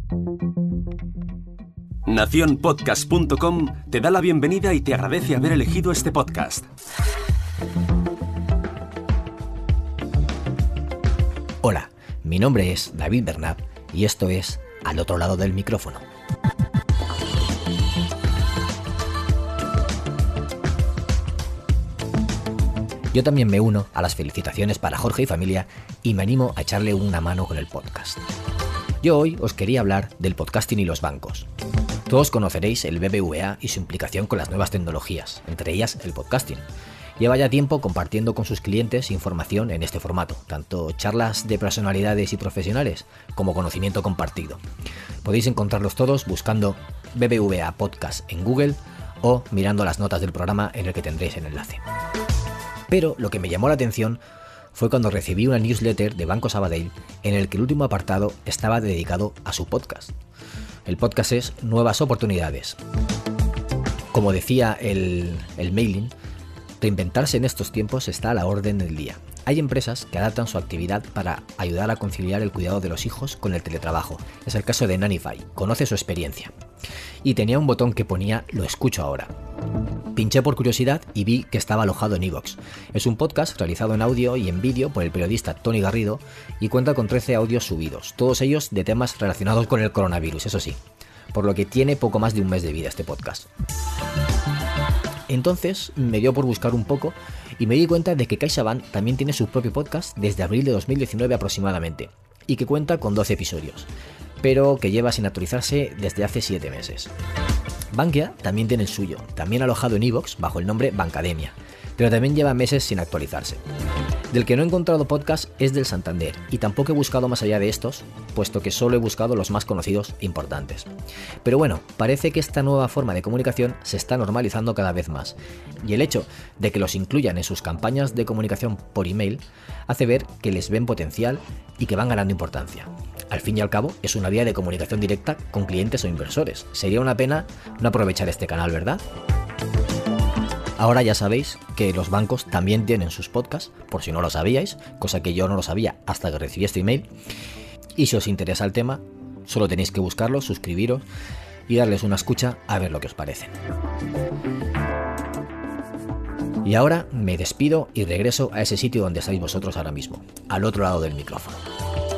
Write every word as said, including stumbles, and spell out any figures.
Nación Podcast punto com te da la bienvenida y te agradece haber elegido este podcast. Hola, mi nombre es David Bernat y esto es Al otro lado del micrófono. Yo también me uno a las felicitaciones para Jorge y familia y me animo a echarle una mano con el podcast. Yo hoy os quería hablar del podcasting y los bancos. Todos conoceréis el B B V A y su implicación con las nuevas tecnologías, entre ellas el podcasting. Lleva ya tiempo compartiendo con sus clientes información en este formato, tanto charlas de personalidades y profesionales como conocimiento compartido. Podéis encontrarlos todos buscando B B V A Podcast en Google o mirando las notas del programa en el que tendréis el enlace. Pero lo que me llamó la atención fue cuando recibí una newsletter de Banco Sabadell en el que el último apartado estaba dedicado a su podcast. El podcast es Nuevas Oportunidades. Como decía el, el mailing, reinventarse en estos tiempos está a la orden del día. Hay empresas que adaptan su actividad para ayudar a conciliar el cuidado de los hijos con el teletrabajo. Es el caso de Nannyfy, conoce su experiencia. Y tenía un botón que ponía "Lo escucho ahora". Pinché por curiosidad y vi que estaba alojado en iVoox. Es un podcast realizado en audio y en vídeo por el periodista Tony Garrido y cuenta con trece audios subidos, todos ellos de temas relacionados con el coronavirus, eso sí, por lo que tiene poco más de un mes de vida este podcast. Entonces me dio por buscar un poco y me di cuenta de que CaixaBank también tiene su propio podcast desde abril de dos mil diecinueve aproximadamente y que cuenta con doce episodios, pero que lleva sin actualizarse desde hace siete meses. Bankia también tiene el suyo, también alojado en iVoox bajo el nombre Bancademia, pero también lleva meses sin actualizarse. Del que no he encontrado podcast es del Santander, y tampoco he buscado más allá de estos, puesto que solo he buscado los más conocidos e importantes. Pero bueno, parece que esta nueva forma de comunicación se está normalizando cada vez más, y el hecho de que los incluyan en sus campañas de comunicación por email hace ver que les ven potencial y que van ganando importancia. Al fin y al cabo, es una vía de comunicación directa con clientes o inversores. Sería una pena no aprovechar este canal, ¿verdad? Ahora ya sabéis que los bancos también tienen sus podcasts, por si no lo sabíais, cosa que yo no lo sabía hasta que recibí este email. Y si os interesa el tema, solo tenéis que buscarlos, suscribiros y darles una escucha a ver lo que os parece. Y ahora me despido y regreso a ese sitio donde estáis vosotros ahora mismo, al otro lado del micrófono.